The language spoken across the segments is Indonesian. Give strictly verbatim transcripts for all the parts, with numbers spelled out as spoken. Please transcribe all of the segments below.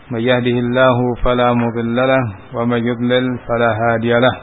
من يهده الله فلا مضل له ومن يضلل فلا هادي له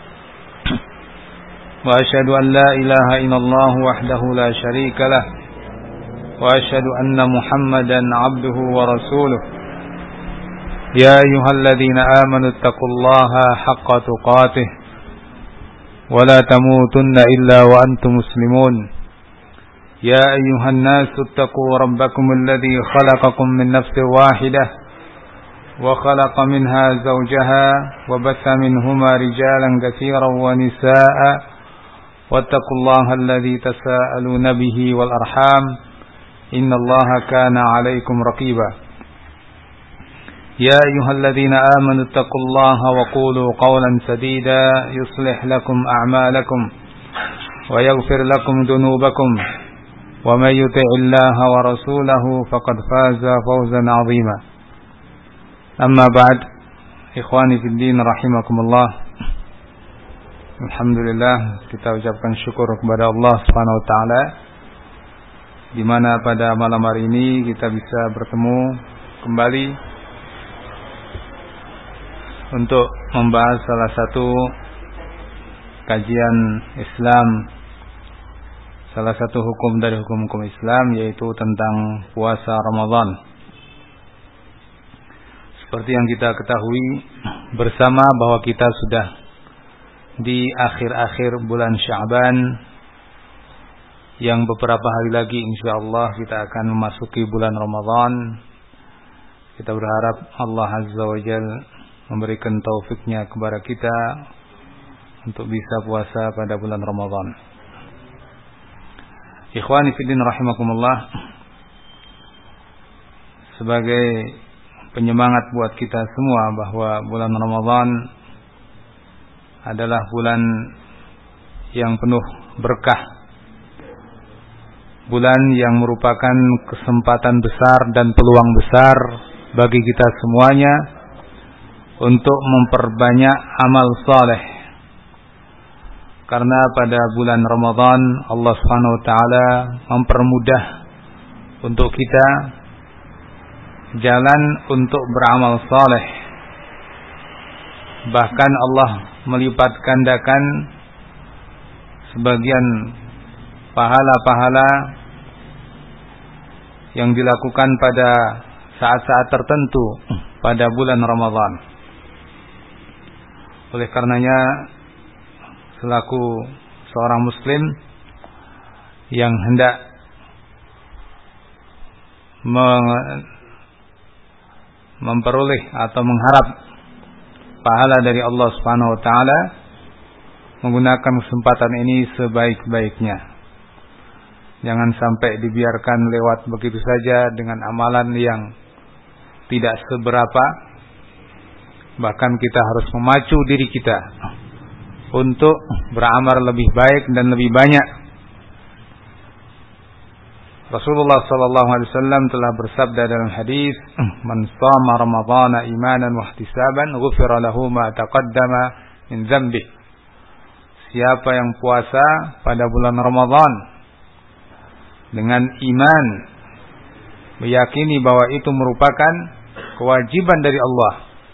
وأشهد أن لا إله إلا الله وحده لا شريك له وأشهد أن محمدا عبده ورسوله يا أيها الذين آمنوا اتقوا الله حق تقاته ولا تموتن إلا وأنتم مسلمون يا أيها الناس اتقوا ربكم الذي خلقكم من نفس واحدة وخلق منها زوجها وبث منهما رجالا كثيرا ونساء واتقوا الله الذي تساءلون به والأرحام إن الله كان عليكم رقيبا يا أيها الذين آمنوا اتقوا الله وقولوا قولا سديدا يصلح لكم أعمالكم ويغفر لكم ذنوبكم ومن يطع الله ورسوله فقد فاز فوزا عظيما أما بعد إخواني في الدين رحمكم الله. Alhamdulillah, kita ucapkan syukur kepada Allah Subhanahu wa taala di mana pada malam hari ini kita bisa bertemu kembali untuk membahas salah satu kajian Islam, salah satu hukum dari hukum-hukum Islam, yaitu tentang puasa Ramadan. Seperti yang kita ketahui bersama bahwa kita sudah di akhir-akhir bulan Sya'ban, yang beberapa hari lagi insyaallah kita akan memasuki bulan Ramadan. Kita berharap Allah Azza wa Jalla memberikan taufiknya kepada kita untuk bisa puasa pada bulan Ramadan. Ikhwani fillah rahimakumullah, sebagai penyemangat buat kita semua bahwa bulan Ramadan adalah bulan yang penuh berkah, bulan yang merupakan kesempatan besar dan peluang besar bagi kita semuanya untuk memperbanyak amal saleh. Karena pada bulan Ramadan Allah Subhanahu wa taala mempermudah untuk kita jalan untuk beramal saleh. Bahkan Allah melipat gandakan sebagian pahala-pahala yang dilakukan pada saat-saat tertentu pada bulan Ramadan. Oleh karenanya, selaku seorang muslim yang hendak memperoleh atau mengharap pahala dari Allah Subhanahu wa taala, menggunakan kesempatan ini sebaik-baiknya. Jangan sampai dibiarkan lewat begitu saja dengan amalan yang tidak seberapa. Bahkan kita harus memacu diri kita untuk beramal lebih baik dan lebih banyak. Rasulullah sallallahu alaihi wasallam telah bersabda dalam hadis, "Man shama Ramadhana imanan wa ihtisaban, ghufira lahu ma taqaddama min dzambi." Siapa yang puasa pada bulan Ramadan dengan iman, meyakini bahwa itu merupakan kewajiban dari Allah,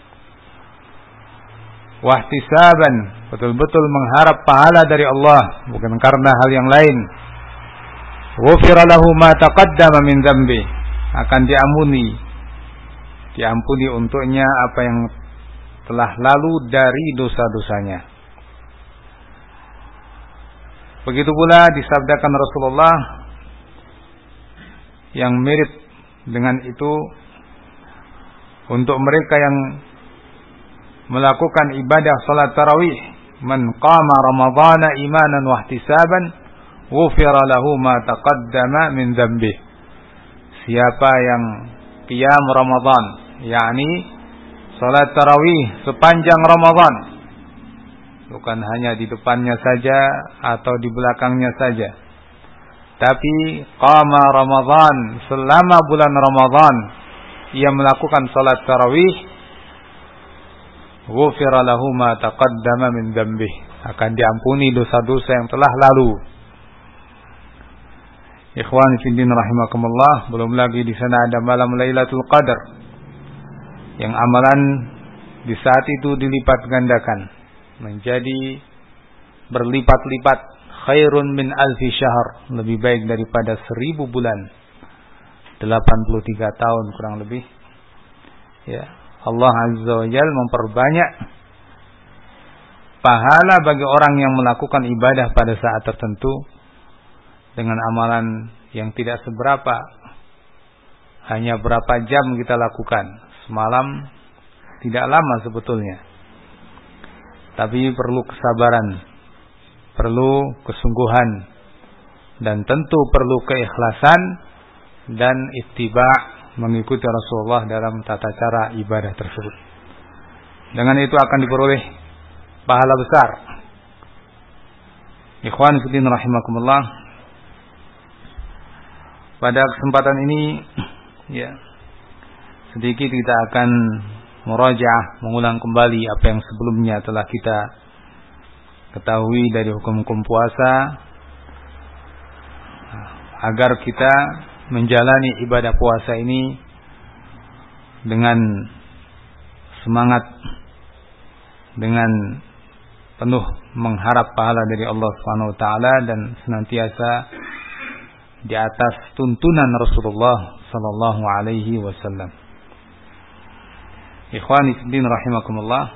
wa ihtisaban, betul-betul mengharap pahala dari Allah, bukan karena hal yang lain, ghufira lahu ma taqaddama min dzambi, akan diampuni diampuni untuknya apa yang telah lalu dari dosa-dosanya. Begitu pula disabdakan Rasulullah yang mirip dengan itu untuk mereka yang melakukan ibadah salat tarawih, man qama ramadhana imanan wa ihtisaban ghufira lahu ma taqaddama min dzambi. Siapa yang qiyam Ramadan, yakni salat tarawih sepanjang Ramadan, bukan hanya di depannya saja atau di belakangnya saja, tapi qama Ramadan, selama bulan Ramadan ia melakukan salat tarawih, ghufira lahu ma taqaddama min dzambi, akan diampuni dosa-dosa yang telah lalu. Ikhwan fillah rahimakumullah, belum lagi di sana ada malam Lailatul Qadar, yang amalan di saat itu dilipat gandakan menjadi berlipat-lipat, khairun min alfi syahr, lebih baik daripada seribu bulan, delapan puluh tiga tahun kurang lebih. Ya, Allah Azza wa Jalla memperbanyak pahala bagi orang yang melakukan ibadah pada saat tertentu dengan amalan yang tidak seberapa, hanya berapa jam kita lakukan semalam, tidak lama sebetulnya, tapi perlu kesabaran, perlu kesungguhan, dan tentu perlu keikhlasan dan ittiba', mengikuti Rasulullah dalam tata cara ibadah tersebut. Dengan itu akan diperoleh pahala besar. Ikhwan fillah rahimakumullah, pada kesempatan ini ya sedikit kita akan murajaah, mengulang kembali apa yang sebelumnya telah kita ketahui dari hukum-hukum puasa, agar kita menjalani ibadah puasa ini dengan semangat, dengan penuh mengharap pahala dari Allah Subhanahu wa taala dan senantiasa di atas tuntunan Rasulullah sallallahu alaihi wasallam. Ikhwani fillah rahimakumullah,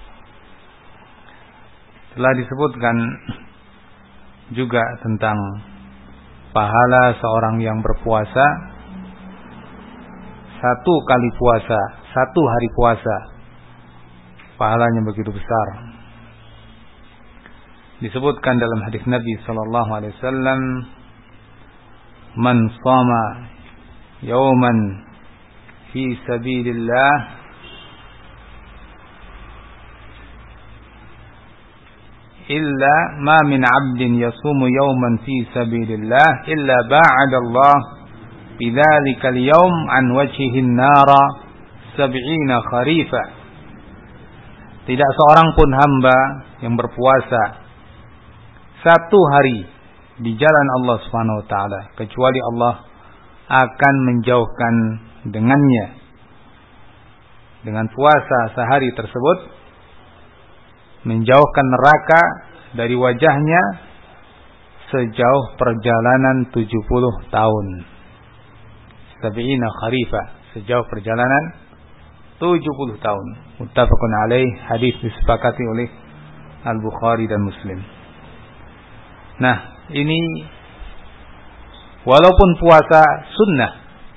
telah disebutkan juga tentang pahala seorang yang berpuasa satu kali puasa, satu hari puasa, pahalanya begitu besar. Disebutkan dalam hadis Nabi sallallahu alaihi wasallam, man shama yawman fi sabilillah illa ma min 'abdin yasumu yawman fi sabilillah illa ba'ada Allah bidzalikal yawm an wajhihin nara sab'ina kharifa. Tidak seorang pun hamba yang berpuasa satu hari di jalan Allah Subhanahu wa taala kecuali Allah akan menjauhkan dengannya, dengan puasa sehari tersebut, menjauhkan neraka dari wajahnya sejauh perjalanan tujuh puluh tahun. Sab'ina kharifa, sejauh perjalanan tujuh puluh tahun. Muttafaqun alaih, hadis disepakati oleh Al-Bukhari dan Muslim. Nah, ini walaupun puasa sunnah,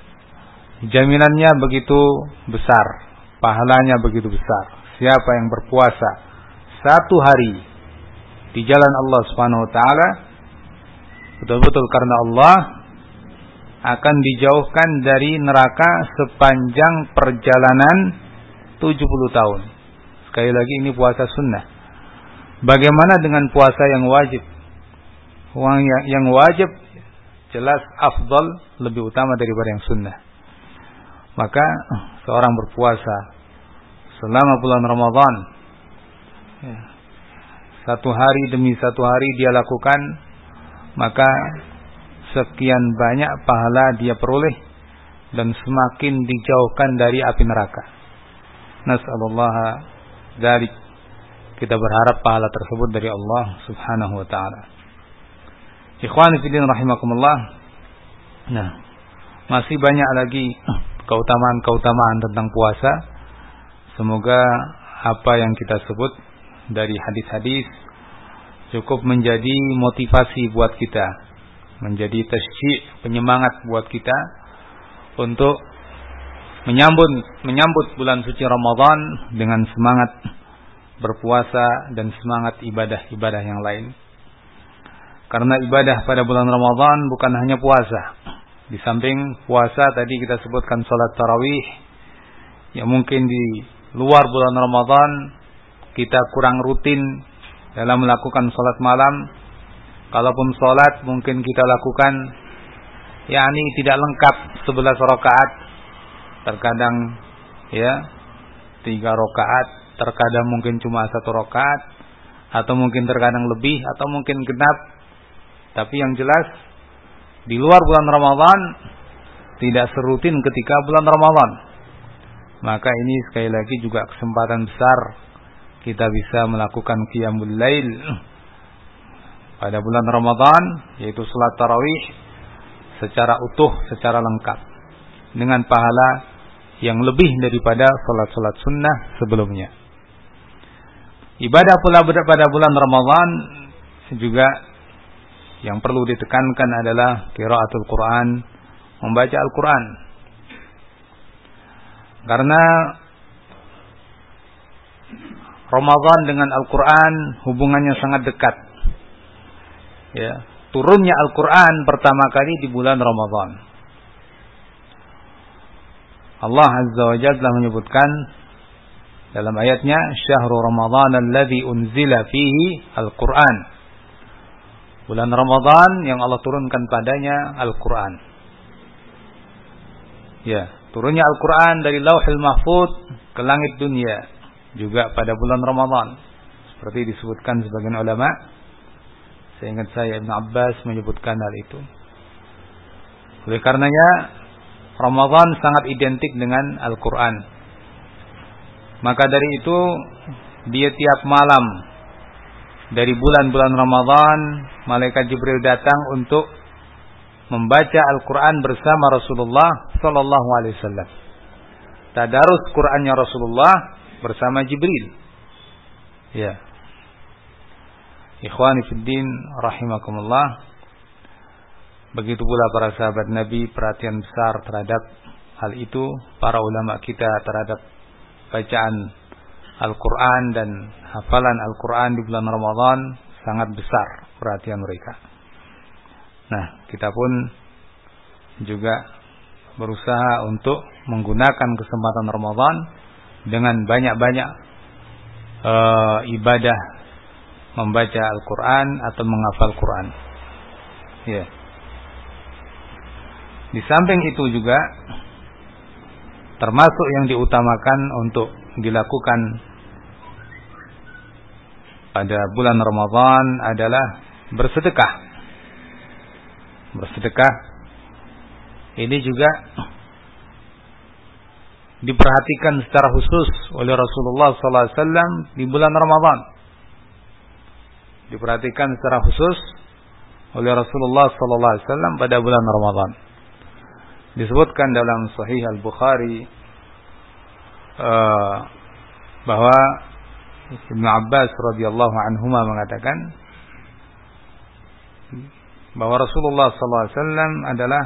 jaminannya begitu besar, pahalanya begitu besar. Siapa yang berpuasa satu hari di jalan Allah Subhanahu wa taala, betul-betul karena Allah, akan dijauhkan dari neraka sepanjang perjalanan tujuh puluh tahun. Sekali lagi, ini puasa sunnah. Bagaimana dengan puasa yang wajib? Uang yang, yang wajib jelas afdal, lebih utama daripada yang sunnah. Maka seorang berpuasa selama bulan Ramadan, ya, satu hari demi satu hari dia lakukan, maka sekian banyak pahala dia peroleh dan semakin dijauhkan dari api neraka. Nas'alullaha dzalik. Kita berharap pahala tersebut dari Allah Subhanahu wa taala. Ikhwan fillah rahimakumullah. Nah, masih banyak lagi keutamaan-keutamaan tentang puasa. Semoga apa yang kita sebut dari hadis-hadis cukup menjadi motivasi buat kita, menjadi tasyji', penyemangat buat kita untuk menyambut menyambut bulan suci Ramadan dengan semangat berpuasa dan semangat ibadah-ibadah yang lain. Karena ibadah pada bulan Ramadan bukan hanya puasa. Di samping puasa tadi kita sebutkan salat tarawih, yang mungkin di luar bulan Ramadan kita kurang rutin dalam melakukan salat malam. Kalaupun salat mungkin kita lakukan, yakni tidak lengkap sebelas rakaat. Terkadang ya tiga rakaat, terkadang mungkin cuma satu rakaat, atau mungkin terkadang lebih, atau mungkin genap. Tapi yang jelas di luar bulan Ramadan tidak serutin ketika bulan Ramadan. maka ini sekali lagi juga kesempatan besar kita bisa melakukan qiyamul lail pada bulan Ramadan, yaitu salat tarawih secara utuh, secara lengkap, dengan pahala yang lebih daripada salat-salat sunnah sebelumnya. Ibadah pula pada bulan Ramadan juga yang perlu ditekankan adalah qiraatul Quran, membaca Al-Quran. Karena Ramadan dengan Al-Quran hubungannya sangat dekat. Ya, turunnya Al-Quran pertama kali di bulan Ramadan. Allah Azza wa Jalla telah menyebutkan dalam ayatnya, "Syahrul Ramadan alladzi unzila fihi Al-Quran." Bulan Ramadan yang Allah turunkan padanya Al-Quran. Ya, turunnya Al-Quran dari Lauhul Mahfuz ke langit dunia juga pada bulan Ramadan, seperti disebutkan sebagian ulama. Seingat saya Ibn Abbas menyebutkan hal itu. Oleh karenanya Ramadan sangat identik dengan Al-Quran. Maka dari itu dia tiap malam dari bulan-bulan Ramadan, malaikat Jibril datang untuk membaca Al-Quran bersama Rasulullah Sallallahu Alaihi Wasallam. Tadarus Qurannya Rasulullah bersama Jibril. Ya. Ikhwani fiddin rahimakumullah. Begitu pula para sahabat Nabi perhatian besar terhadap hal itu. Para ulama kita terhadap bacaan Al-Quran dan hafalan Al-Quran di bulan Ramadan sangat besar perhatian mereka. Nah, kita pun juga berusaha untuk menggunakan kesempatan Ramadan dengan banyak-banyak uh, ibadah membaca Al-Quran atau menghafal Quran. Ya. Di samping itu juga termasuk yang diutamakan untuk dilakukan pada bulan Ramadan adalah bersedekah. Bersedekah ini juga diperhatikan secara khusus oleh Rasulullah sallallahu alaihi wasallam di bulan Ramadan. Diperhatikan secara khusus oleh Rasulullah sallallahu alaihi wasallam pada bulan Ramadan. Disebutkan dalam Sahih Al-Bukhari uh, bahwa Ibnu Abbas radhiyallahu anhuma mengatakan bahwa Rasulullah sallallahu alaihi wasallam adalah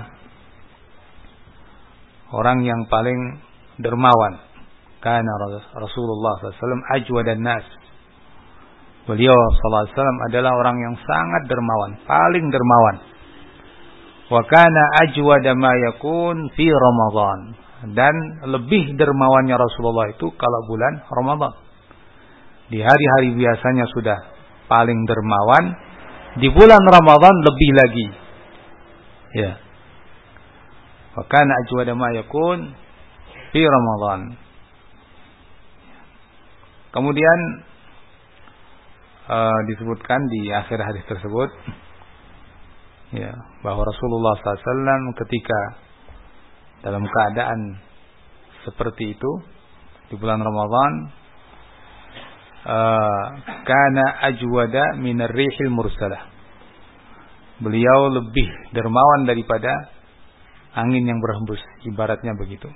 orang yang paling dermawan. Karena Rasulullah sallallahu alaihi wasallam ajwadan nas. Beliau sallallahu alaihi wasallam adalah orang yang sangat dermawan, paling dermawan. Wa kana ajwada ma yakun fi Ramadan. Dan lebih dermawannya Rasulullah itu kalau bulan Ramadan. Di hari-hari biasanya sudah paling dermawan, di bulan Ramadan lebih lagi. Ya. Wa kana ajwada ma yakun fi Ramadan. Kemudian uh, disebutkan di akhir hadis tersebut, ya, bahwa Rasulullah sallallahu alaihi wasallam ketika dalam keadaan seperti itu di bulan Ramadan, uh, kana ajwada minar rihil mursalah. Beliau lebih dermawan daripada angin yang berhembus, ibaratnya begitu.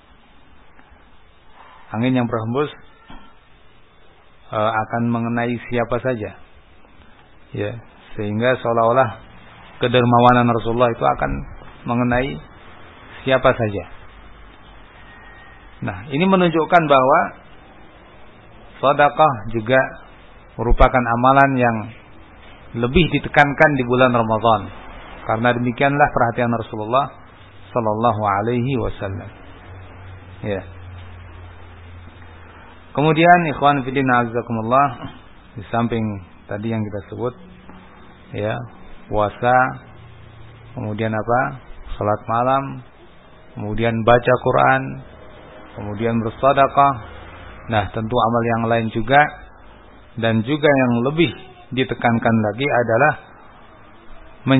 Angin yang berhembus uh, akan mengenai siapa saja, ya, sehingga seolah-olah kedermawanan Rasulullah itu akan mengenai siapa saja. Nah, ini menunjukkan bahwa sedekah juga merupakan amalan yang lebih ditekankan di bulan Ramadan. Karena demikianlah perhatian Rasulullah sallallahu alaihi wasallam. Ya. Kemudian ikhwan fillah azakumullah, di samping tadi yang kita sebut, ya, puasa, kemudian apa? Salat malam, kemudian baca Quran, kemudian bersedekah. Nah, tentu amal yang lain juga, dan juga yang lebih ditekankan lagi adalah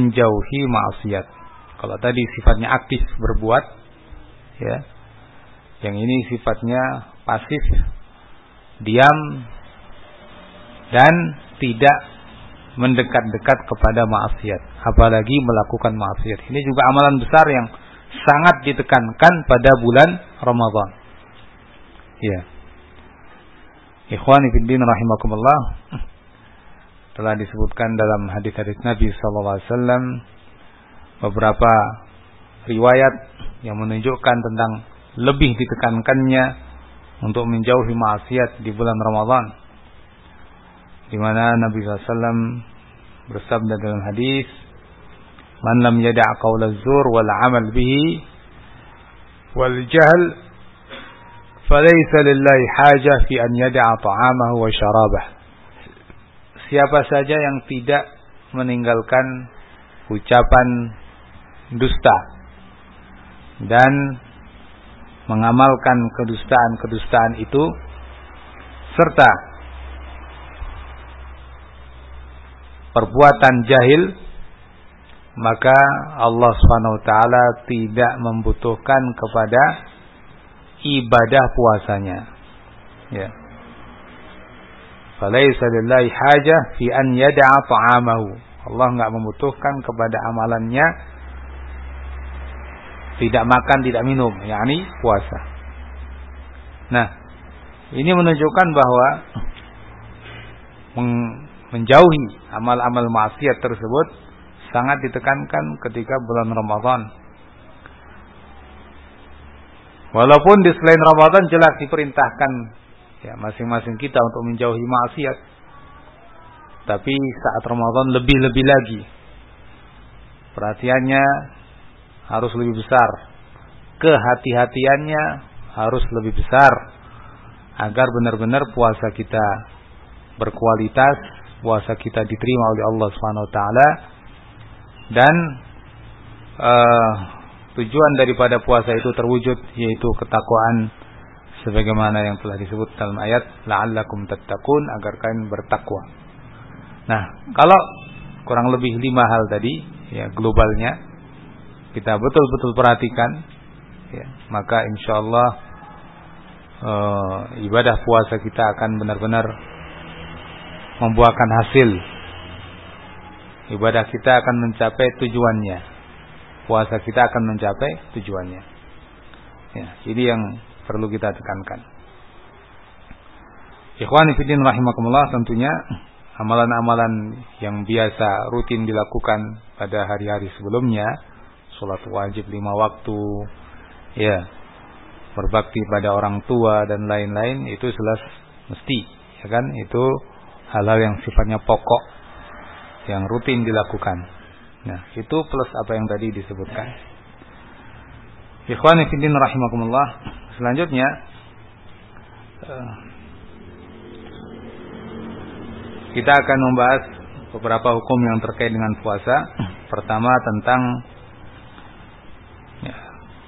menjauhi maksiat. Kalau tadi sifatnya aktif berbuat, ya. Yang ini sifatnya pasif, diam, dan tidak mendekat-dekat kepada maksiat, apalagi melakukan maksiat. Ini juga amalan besar yang sangat ditekankan pada bulan Ramadan. Ya. Ikhwani fiddin rahimakumullah, telah disebutkan dalam hadis-hadis Nabi sallallahu alaihi wasallam beberapa riwayat yang menunjukkan tentang lebih ditekankannya untuk menjauhi maksiat di bulan Ramadan, di mana Nabi sallallahu alaihi wasallam bersabda dalam hadis, "Man lam yada' qaula az-zur wal 'amal bihi wal jahl, falaysa lillahi hajah fi an yada'a ta'amahu wa syarabah." Siapa saja yang tidak meninggalkan ucapan dusta dan mengamalkan kedustaan-kedustaan itu, serta perbuatan jahil, maka Allah subhanahu wa taala tidak membutuhkan kepada ibadah puasanya. Ya. Falaysa lillahi hajah fi an yada'a ta'amahu. Allah enggak membutuhkan kepada amalannya tidak makan, tidak minum, yakni puasa. Nah, ini menunjukkan bahwa menjauhi amal-amal maksiat tersebut sangat ditekankan ketika bulan Ramadan. Walaupun di selain Ramadan jelas diperintahkan ya masing-masing kita untuk menjauhi maksiat, tapi saat Ramadan lebih-lebih lagi perhatiannya harus lebih besar, kehati-hatiannya harus lebih besar, agar benar-benar puasa kita berkualitas, puasa kita diterima oleh Allah Subhanahu wa taala, dan uh, tujuan daripada puasa itu terwujud, yaitu ketakwaan sebagaimana yang telah disebut dalam ayat la'allakum tattaqun, agar kalian bertakwa. Nah, kalau kurang lebih lima hal tadi ya globalnya kita betul-betul perhatikan ya, maka insyaallah uh, ibadah puasa kita akan benar-benar membuahkan hasil. Ibadah kita akan mencapai tujuannya. Puasa kita akan mencapai tujuannya. Ya, ini yang perlu kita tekankan. Ikhwani fiddin rahimakumullah, tentunya amalan-amalan yang biasa rutin dilakukan pada hari-hari sebelumnya, salat wajib lima waktu, ya, berbakti pada orang tua dan lain-lain, itu jelas mesti, ya kan? Itu hal-hal yang sifatnya pokok yang rutin dilakukan. Nah, itu plus apa yang tadi disebutkan. Ikhwani fiddin rahimakumullah, selanjutnya kita akan membahas beberapa hukum yang terkait dengan puasa. Pertama tentang ya,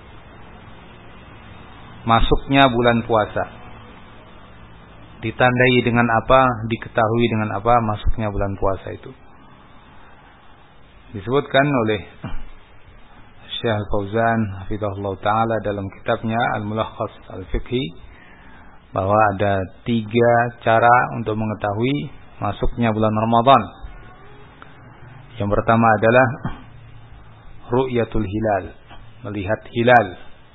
masuknya bulan puasa. Ditandai dengan apa, diketahui dengan apa masuknya bulan puasa itu. Disebutkan oleh Syekh Al-Fauzan hafizahullah taala dalam kitabnya Al-Mulakhas Al-Fiqhi, bahwa ada tiga cara untuk mengetahui masuknya bulan Ramadan. Yang pertama adalah ru'yatul hilal, melihat hilal.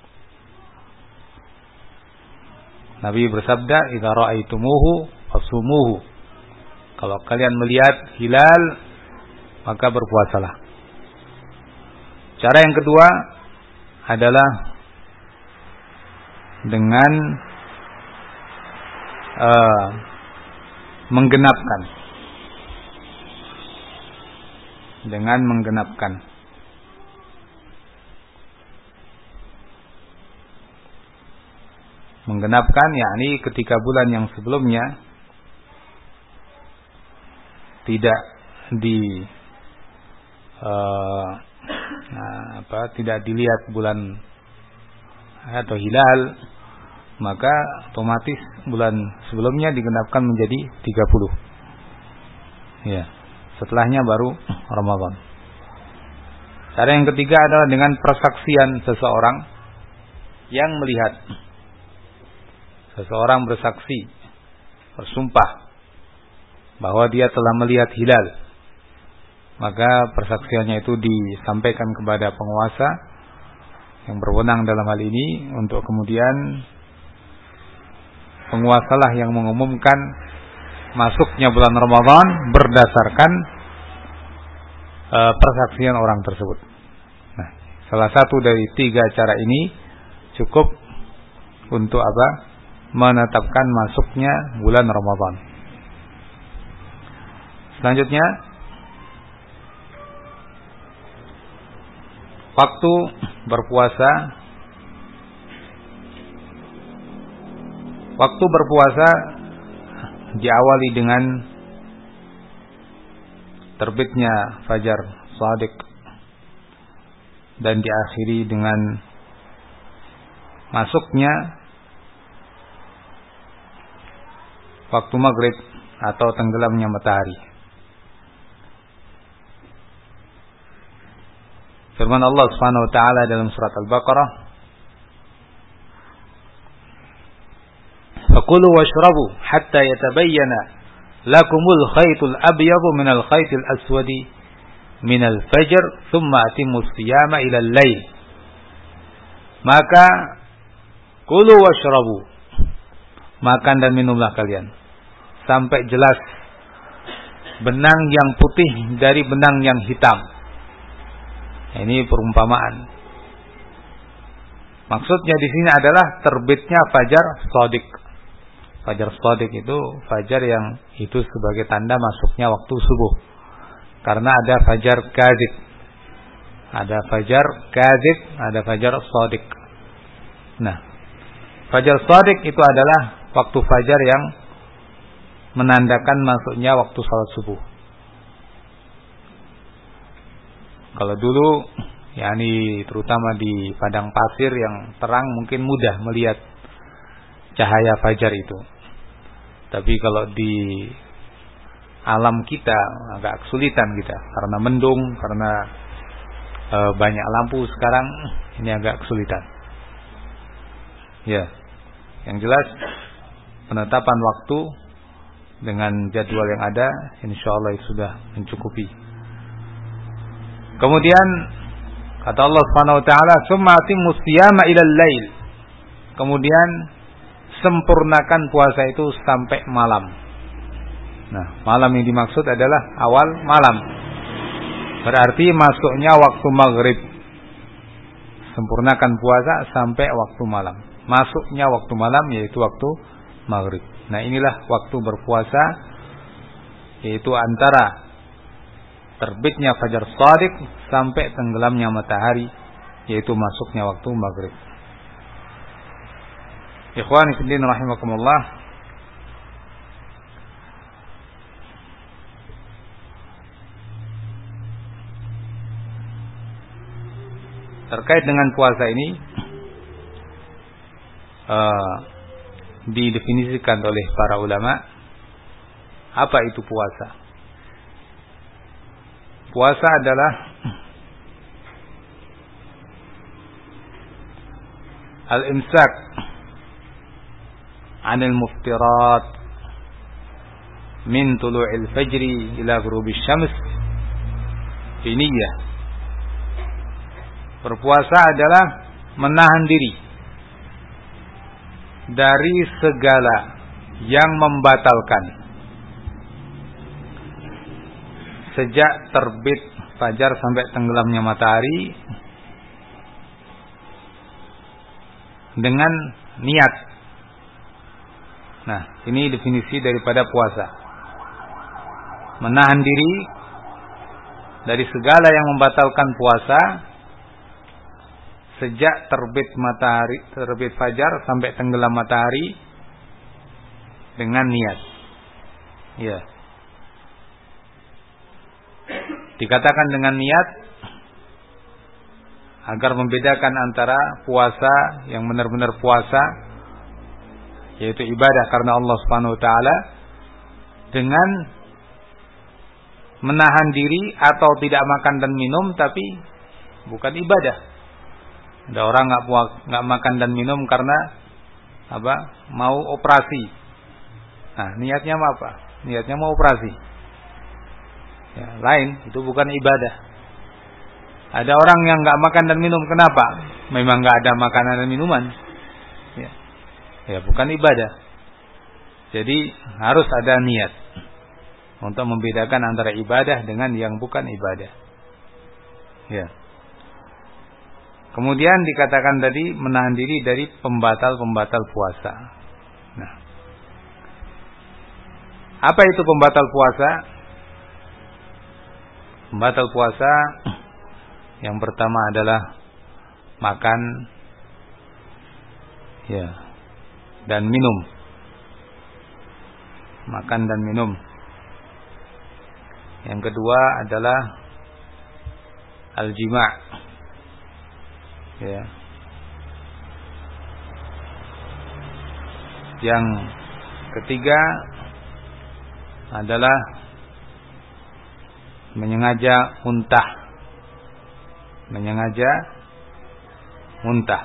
Nabi bersabda, "Idza ra'aitumuhu fasumuhu." Kalau kalian melihat hilal, maka berpuasalah. Cara yang kedua adalah dengan uh, menggenapkan. Dengan menggenapkan. Menggenapkan yakni ketika bulan yang sebelumnya tidak di uh, nah, apa tidak dilihat bulan atau hilal, maka otomatis bulan sebelumnya digenapkan menjadi tiga puluh. Ya, setelahnya baru Ramadan. Cara yang ketiga adalah dengan persaksian seseorang yang melihat. seseorang bersaksi, bersumpah bahwa dia telah melihat hilal, maka persaksiannya itu disampaikan kepada penguasa yang berwenang dalam hal ini, untuk kemudian penguasalah yang mengumumkan masuknya bulan Ramadan berdasarkan uh, persaksian orang tersebut. Nah, salah satu dari tiga cara ini cukup untuk apa? Menetapkan masuknya bulan Ramadan. Selanjutnya, waktu berpuasa. Waktu berpuasa diawali dengan terbitnya fajar shadiq dan diakhiri dengan masuknya waktu maghrib atau tenggelamnya matahari. Firman Allah Subhanahu wa taala dalam surat Al-Baqarah, "Fakulu washrabu hatta yatabayyana lakumul khaytul abyadu minal khaytil aswadi minal fajr, thumma atimmus siyama ilal lail." Maka kulu washrabu, makan dan minumlah kalian sampai jelas benang yang putih dari benang yang hitam. Ini perumpamaan. Maksudnya di sini adalah terbitnya fajar shadiq. Fajar shadiq itu fajar yang itu sebagai tanda masuknya waktu subuh. Karena ada fajar kadzib. Ada fajar kadzib, ada fajar shadiq. Nah, fajar shadiq itu adalah waktu fajar yang menandakan masuknya waktu salat subuh. Kalau dulu, yakni terutama di padang pasir yang terang, mungkin mudah melihat cahaya fajar itu. Tapi kalau di alam kita agak kesulitan kita, karena mendung, karena e, banyak lampu sekarang, ini agak kesulitan. Ya, yang jelas penetapan waktu dengan jadwal yang ada, insyaallah itu sudah mencukupi. Kemudian kata Allah Subhanahu wa taala, "Tsumma atimmus siyama ilal lail." Kemudian sempurnakan puasa itu sampai malam. Nah, malam yang dimaksud adalah awal malam. Berarti masuknya waktu maghrib. Sempurnakan puasa sampai waktu malam. Masuknya waktu malam yaitu waktu maghrib. Nah, inilah waktu berpuasa, yaitu antara terbitnya fajar shadiq sampai tenggelamnya matahari, yaitu masuknya waktu maghrib. Ikhwani fillah rahimakumullah. Terkait dengan puasa ini uh, didefinisikan oleh para ulama, apa itu puasa? Puasa adalah al-imsak 'anil muftirat min tulu'il fajri ila ghurubisy syams bi niyyah. Berpuasa adalah menahan diri dari segala yang membatalkan sejak terbit fajar sampai tenggelamnya matahari dengan niat. Nah, ini definisi daripada puasa. Menahan diri dari segala yang membatalkan puasa sejak terbit matahari, terbit fajar sampai tenggelam matahari dengan niat. Ya. Dikatakan dengan niat agar membedakan antara puasa yang benar-benar puasa, yaitu ibadah karena Allah Subhanahu wa taala, dengan menahan diri atau tidak makan dan minum tapi bukan ibadah. Ada orang nggak nggak makan dan minum karena apa? Mau operasi. Nah, niatnya mau apa? Niatnya mau operasi. Ya, lain, itu bukan ibadah. Ada orang yang enggak makan dan minum, kenapa? Memang enggak ada makanan dan minuman. Ya. Ya, bukan ibadah. Jadi harus ada niat untuk membedakan antara ibadah dengan yang bukan ibadah. Ya. Kemudian dikatakan tadi menahan diri dari pembatal-pembatal puasa. Nah, apa itu pembatal puasa? Pembatal puasa yang pertama adalah makan, ya, dan minum. Makan dan minum. Yang kedua adalah al-jima'. Ya. Yang ketiga adalah menyengaja muntah. Menyengaja muntah.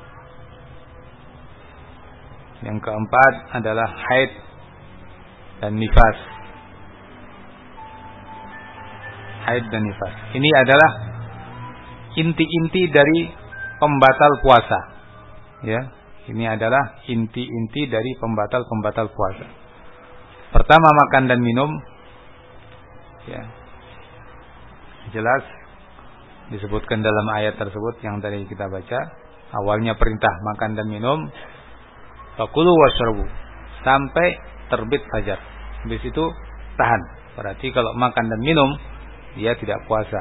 Yang keempat adalah haid dan nifas. Haid dan nifas. Ini adalah inti-inti dari pembatal puasa. Ya, ini adalah inti-inti dari pembatal-pembatal puasa. Pertama, makan dan minum. Ya. Jelas disebutkan dalam ayat tersebut yang tadi kita baca. Awalnya perintah makan dan minum. Fakulu washrabu sampai terbit fajar. Habis itu tahan. Berarti kalau makan dan minum dia tidak puasa.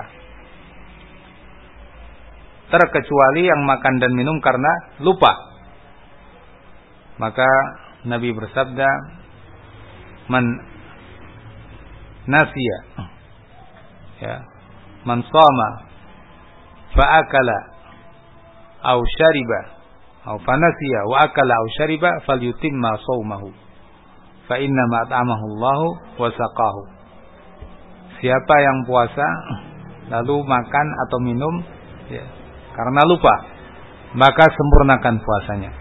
Terkecuali yang makan dan minum karena lupa. Maka Nabi bersabda, man nasiya, ya, man shoma fa akala aw syariba aw fanasiya wa akala aw syariba falyutimma shaumahu fa inna ma at'amahu Allahu wa saqahu. Siapa yang puasa lalu makan atau minum, ya, karena lupa, maka sempurnakan puasanya.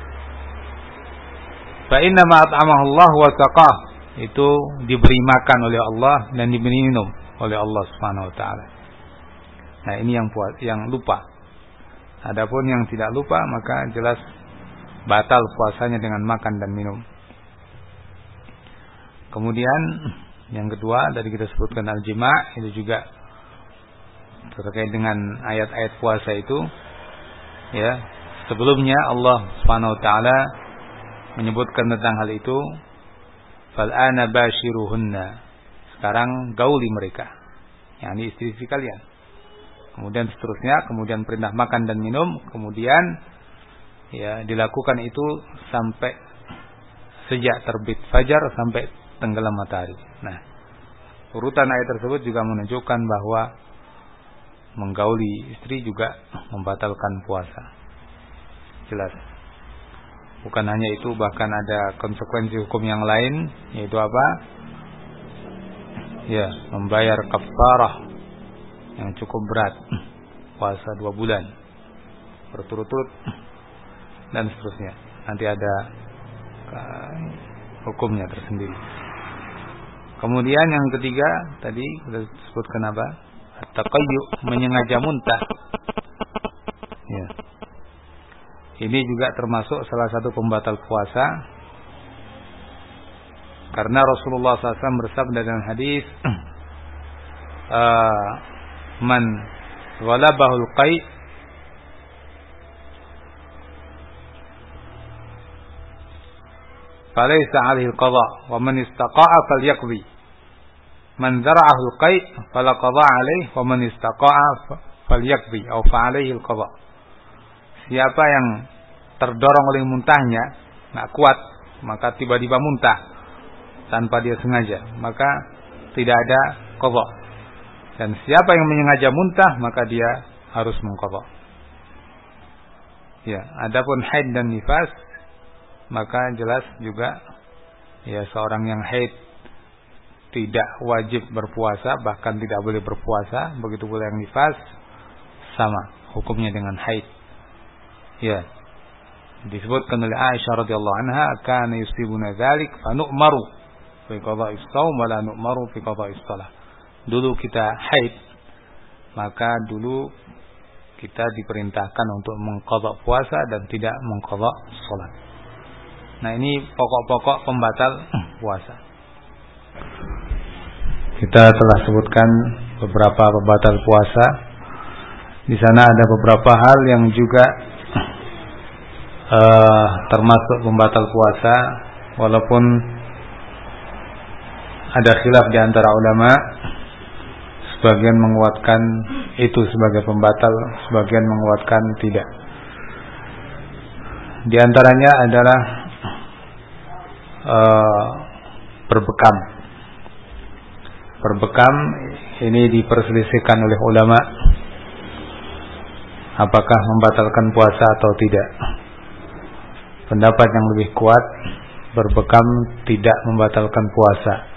Fa inna ma at'amahu Allah wa saqah, itu diberi makan oleh Allah dan diberi minum oleh Allah Subhanahu wa taala. Nah, ini yang puas, yang lupa. Adapun yang tidak lupa maka jelas batal puasanya dengan makan dan minum. Kemudian yang kedua tadi kita sebutkan al-jima', itu juga terkait dengan ayat-ayat puasa itu, ya. Sebelumnya Allah Subhanahu wa taala menyebutkan tentang hal itu, fal'ana bashiruhunna, sekarang gauli mereka, yakni istri-istri kalian. Kemudian seterusnya, kemudian perintah makan dan minum, kemudian ya dilakukan itu sampai sejak terbit fajar sampai tenggelam matahari. Nah, urutan ayat tersebut juga menunjukkan bahwa menggauli istri juga membatalkan puasa. Jelas. Bukan hanya itu, bahkan ada konsekuensi hukum yang lain, yaitu apa? Ya, membayar kafarah yang cukup berat, puasa dua bulan berturut-turut dan seterusnya. Nanti ada uh, hukumnya tersendiri. Kemudian yang ketiga tadi sudah disebutkan apa? At-taqayyu, menyengaja muntah. Ya. Ini juga termasuk salah satu pembatal puasa. Karena Rasulullah sallallahu alaihi wasallam bersabda dalam hadis, uh, man ghalabahul qai' falaysa 'alaihi al-qadha wa man istaqa'a falyaqdi. Man zara'ahu al-qai' fala qadha 'alaihi wa man istaqa'a falyaqdi aw fa 'alaihi al-qadha. Siapa yang terdorong oleh muntahnya, enggak kuat, maka tiba-tiba muntah tanpa dia sengaja, maka tidak ada qadha. Dan siapa yang menyengaja muntah, maka dia harus mengqadha. Ya, adapun haid dan nifas, maka jelas juga ya seorang yang haid tidak wajib berpuasa, bahkan tidak boleh berpuasa. Begitu pula yang nifas, sama hukumnya dengan haid. Ya. Disebutkan oleh Aisyah radhiyallahu anha, kana yusibuna dzalik fa nu'maru fi qada'is shaum wa la nu'maru fi qada'is shalah. Dulu kita haid, maka dulu kita diperintahkan untuk mengqadha puasa dan tidak mengqadha salat. Nah, ini pokok-pokok pembatal puasa. Kita telah sebutkan beberapa pembatal puasa. Di sana ada beberapa hal yang juga uh, termasuk pembatal puasa, walaupun ada khilaf di antara ulama. Sebagian menguatkan itu sebagai pembatal, sebagian menguatkan tidak. Di antaranya adalah uh, berbekam. Berbekam ini diperselisihkan oleh ulama, apakah membatalkan puasa atau tidak. Pendapat yang lebih kuat, berbekam tidak membatalkan puasa.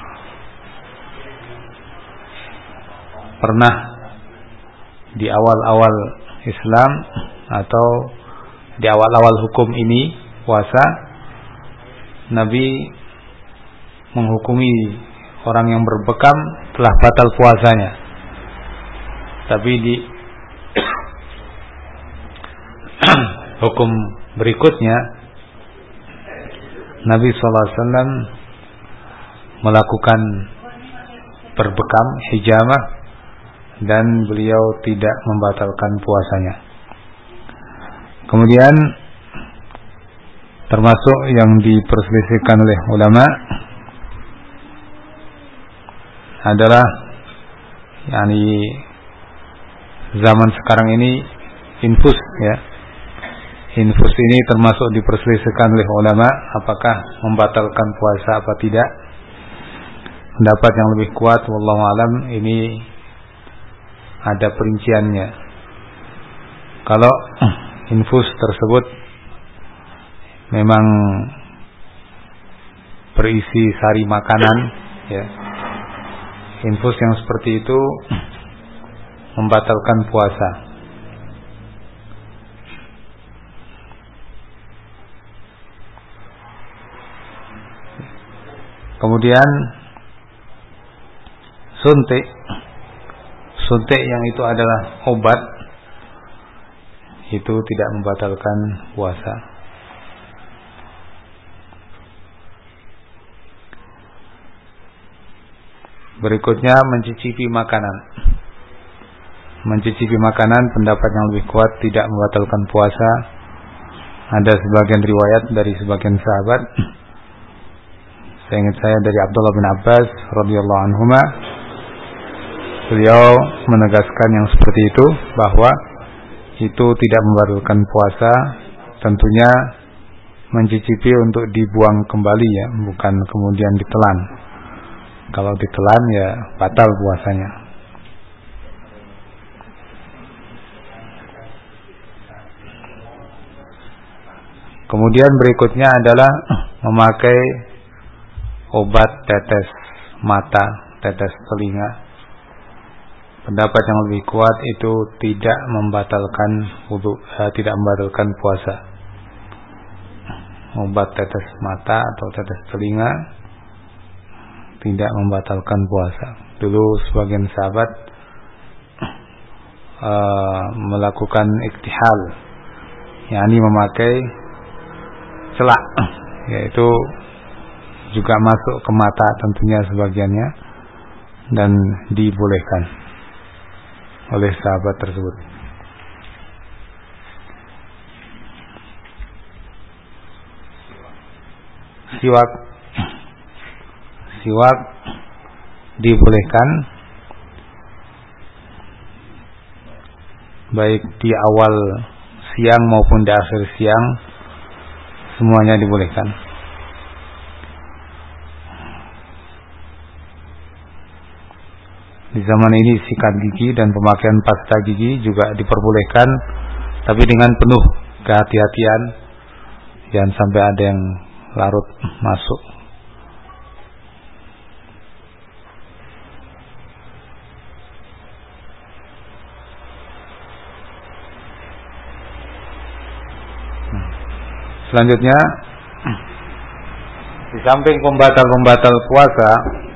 Pernah di awal-awal Islam atau di awal-awal hukum ini puasa, Nabi menghukumi orang yang berbekam telah batal puasanya. Tapi di hukum berikutnya Nabi sallallahu alaihi wasallam melakukan berbekam, hijamah, dan beliau tidak membatalkan puasanya. Kemudian termasuk yang diperselisihkan oleh ulama adalah yakni zaman sekarang ini infus, ya. Infus ini termasuk diperselisihkan oleh ulama apakah membatalkan puasa apa tidak. Pendapat yang lebih kuat wallahu alam ini ada perinciannya. Kalau infus tersebut memang berisi sari makanan, ya, infus yang seperti itu membatalkan puasa. Kemudian suntik, suntik yang itu adalah obat, itu tidak membatalkan puasa. Berikutnya mencicipi makanan. Mencicipi makanan pendapat yang lebih kuat tidak membatalkan puasa. Ada sebagian riwayat dari sebagian sahabat, saya ingat saya dari Abdullah bin Abbas radhiyallahu anhuma, beliau menegaskan yang seperti itu, bahwa itu tidak membatalkan puasa. Tentunya mencicipi untuk dibuang kembali, ya, bukan kemudian ditelan. Kalau ditelan ya batal puasanya. Kemudian berikutnya adalah memakai obat tetes mata, tetes telinga. Pendapat yang lebih kuat itu tidak membatalkan wudu, eh, tidak membatalkan puasa. Obat tetes mata atau tetes telinga tidak membatalkan puasa. Dulu sebagian sahabat uh, melakukan iktihal, yakni memakai celak, yaitu juga masuk ke mata tentunya sebagiannya, dan dibolehkan oleh sahabat tersebut. Siwak, siwak dibolehkan baik di awal siang maupun di akhir siang, semuanya dibolehkan. Di zaman ini sikat gigi dan pemakaian pasta gigi juga diperbolehkan, tapi dengan penuh kehati-hatian, jangan sampai ada yang larut masuk. Selanjutnya, di samping pembatal-pembatal puasa,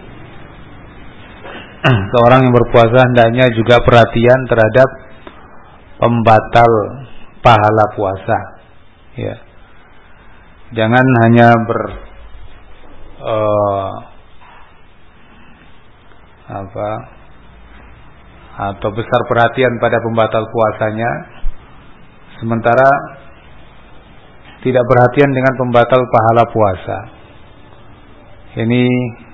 seorang yang berpuasa hendaknya juga perhatian terhadap pembatal pahala puasa. Ya, jangan hanya ber uh, apa atau besar perhatian pada pembatal puasanya, sementara tidak perhatian dengan pembatal pahala puasa. Ini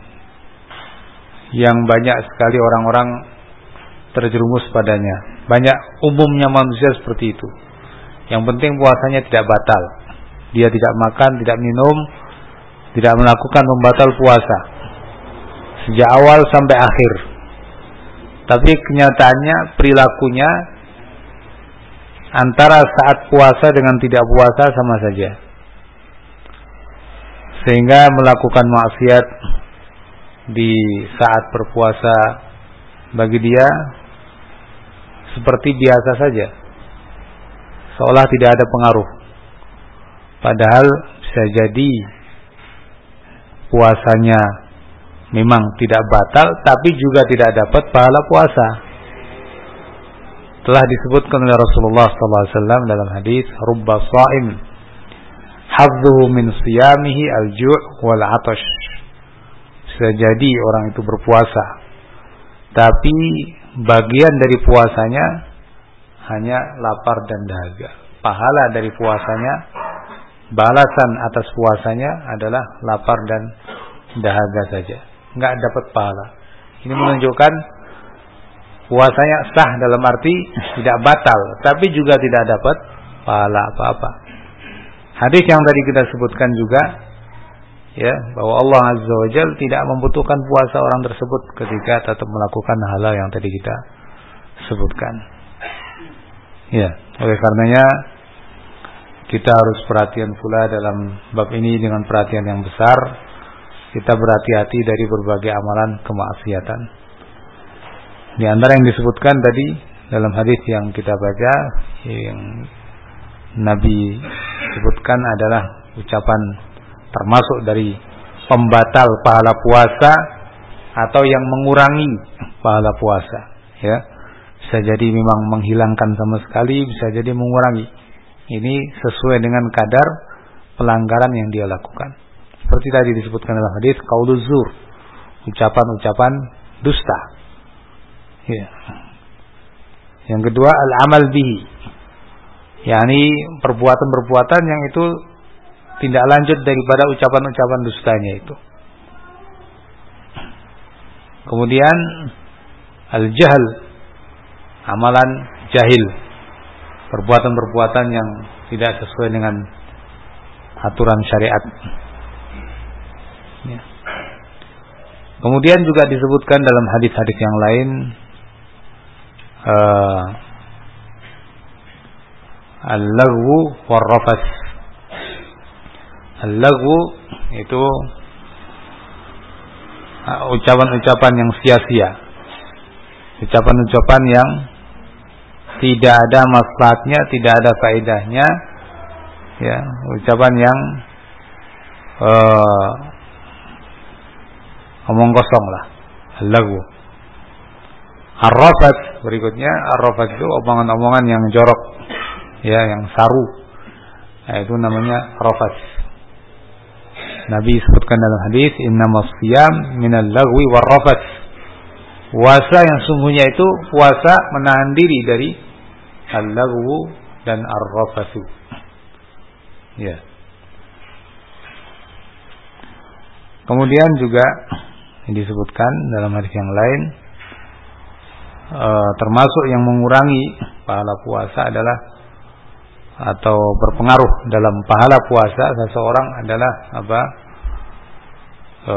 yang banyak sekali orang-orang terjerumus padanya. Banyak umumnya manusia seperti itu. Yang penting puasanya tidak batal. Dia tidak makan, tidak minum, tidak melakukan pembatal puasa sejak awal sampai akhir. Tapi kenyataannya, perilakunya antara saat puasa dengan tidak puasa sama saja. Sehingga melakukan maksiat di saat berpuasa bagi dia seperti biasa saja, seolah tidak ada pengaruh. Padahal bisa jadi puasanya memang tidak batal, tapi juga tidak dapat pahala puasa. Telah disebutkan oleh Rasulullah sallallahu alaihi wasallam dalam hadis, "Rubba sha'im hadzuhu min siyamihi al-ju' wal 'atash." Bisa jadi orang itu berpuasa, tapi bagian dari puasanya hanya lapar dan dahaga. Pahala dari puasanya, balasan atas puasanya adalah lapar dan dahaga saja, nggak dapat pahala. Ini menunjukkan puasanya sah dalam arti tidak batal, tapi juga tidak dapat pahala apa-apa. Hadis yang tadi kita sebutkan juga, ya, bahwa Allah Azza wa Jalla tidak membutuhkan puasa orang tersebut ketika tetap melakukan hal yang tadi kita sebutkan. Ya, oleh karenanya kita harus perhatian pula dalam bab ini dengan perhatian yang besar. Kita berhati-hati dari berbagai amalan kemaksiatan. Di antara yang disebutkan tadi dalam hadis yang kita baca, yang Nabi sebutkan adalah ucapan termasuk dari pembatal pahala puasa atau yang mengurangi pahala puasa, ya. Bisa jadi memang menghilangkan sama sekali, bisa jadi mengurangi. Ini sesuai dengan kadar pelanggaran yang dia lakukan. Seperti tadi disebutkan dalam hadis qauluz zur, ucapan-ucapan dusta. Ya. Yang kedua al-amal bihi, yakni perbuatan-perbuatan yang itu tindak lanjut daripada ucapan-ucapan dustanya itu. Kemudian al-jahl, amalan jahil, perbuatan-perbuatan yang tidak sesuai dengan aturan syariat. Ya. Kemudian juga disebutkan dalam hadis-hadis yang lain, uh, al-lagwu war-rafath. Al-lagwu itu ucapan-ucapan yang sia-sia, ucapan-ucapan yang tidak ada maslahatnya, tidak ada faedahnya, ya, ucapan yang uh, omong kosong lah, al-lagwu. Ar-rafath berikutnya, ar-rafath itu omongan-omongan yang jorok, ya, yang saru. Nah, itu namanya rafath. Nabi sebutkan dalam hadis, innamas siyam minal lagwi war-rafath. Puasa yang sungguhnya itu puasa menahan diri dari al-lagwu dan ar-rafathu. Ya. Kemudian juga disebutkan dalam hadis yang lain, e, termasuk yang mengurangi pahala puasa adalah atau berpengaruh dalam pahala puasa seseorang adalah apa? E,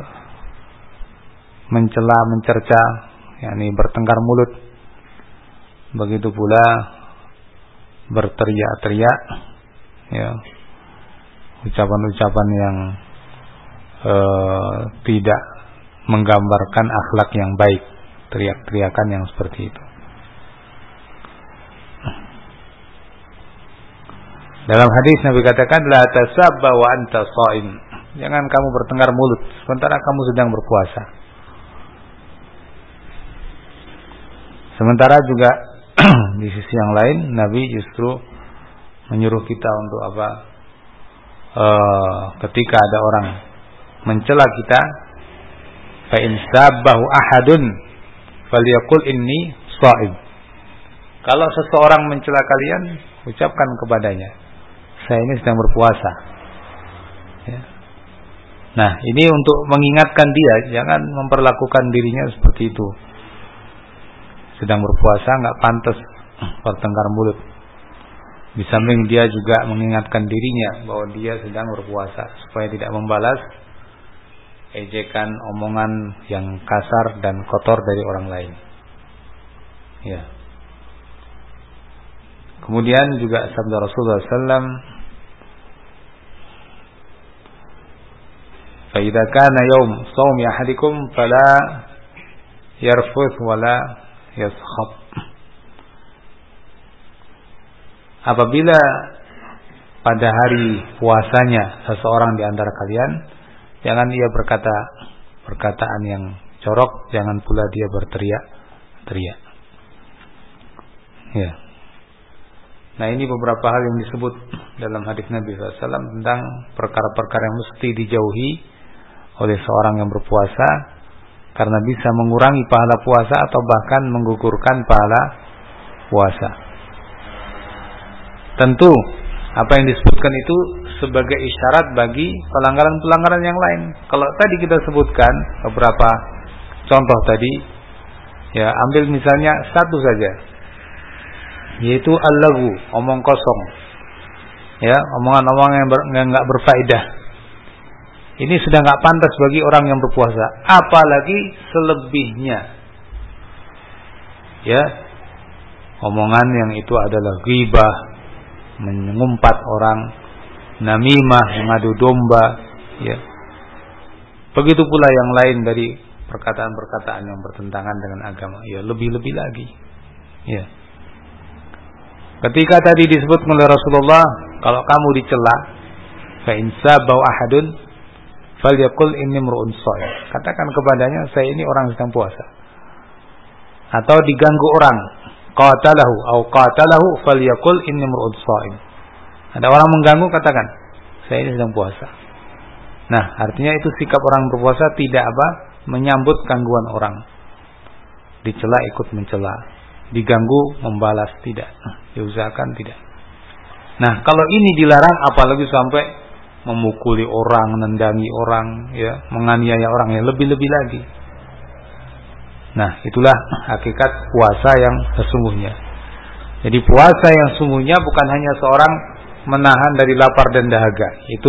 mencela, mencerca, yakni bertengkar mulut. Begitu pula berteriak-teriak, ya, ucapan-ucapan yang e, tidak menggambarkan akhlak yang baik, teriak-teriakan yang seperti itu. Dalam hadis Nabi katakan, la tasabba wa anta shaim. Jangan kamu bertengkar mulut sementara kamu sedang berpuasa. Sementara juga di sisi yang lain Nabi justru menyuruh kita untuk apa? E, ketika ada orang mencela kita, fa in sabbahu ahadun falyaqul inni shaim. Kalau seseorang mencela kalian, ucapkan kepadanya, saya ini sedang berpuasa. Ya. Nah, ini untuk mengingatkan dia, jangan memperlakukan dirinya seperti itu. Sedang berpuasa nggak pantas bertengkar mulut. Di samping dia juga mengingatkan dirinya bahwa dia sedang berpuasa supaya tidak membalas ejekan, omongan yang kasar dan kotor dari orang lain. Ya. Kemudian juga sabda Rasulullah sallallahu alaihi wasallam, fa idza kana yaum shaum ahadikum fala yarfuth wala yaskhab. Apabila pada hari puasanya seseorang di antara kalian, jangan ia berkata perkataan yang corok, jangan pula dia berteriak-teriak. Ya. Nah, ini beberapa hal yang disebut dalam hadis Nabi sallallahu alaihi wasallam tentang perkara-perkara yang mesti dijauhi oleh seorang yang berpuasa karena bisa mengurangi pahala puasa atau bahkan menggugurkan pahala puasa. Tentu apa yang disebutkan itu sebagai isyarat bagi pelanggaran-pelanggaran yang lain. Kalau tadi kita sebutkan beberapa contoh tadi, ya ambil misalnya satu saja, yaitu al-laghu, omong kosong, ya omongan-omongan yang, ber, yang nggak berfaedah. Ini sudah nggak pantas bagi orang yang berpuasa, apalagi selebihnya, ya omongan yang itu adalah ghibah, mengumpat orang, namimah, mengadu domba, ya. Begitu pula yang lain dari perkataan-perkataan yang bertentangan dengan agama, ya lebih-lebih lagi, ya. Ketika tadi disebut oleh Rasulullah, kalau kamu dicela, fa in sabau ahadun falyaqul inni mru'un shaim. Katakan kepadanya, saya ini orang sedang puasa. Atau diganggu orang, qatalahu au qatalahu falyaqul inni mru'un shaim. Ada orang mengganggu, katakan, saya ini sedang puasa. Nah, artinya itu sikap orang berpuasa tidak apa? Menyambut gangguan orang. Dicela ikut mencela, diganggu membalas, tidak. Diusahakan tidak. Nah, kalau ini dilarang, apalagi sampai memukuli orang, menendangi orang, ya, menganiaya orang, ya lebih-lebih lagi. Nah, itulah hakikat puasa yang sesungguhnya. Jadi puasa yang sesungguhnya bukan hanya seorang menahan dari lapar dan dahaga. Itu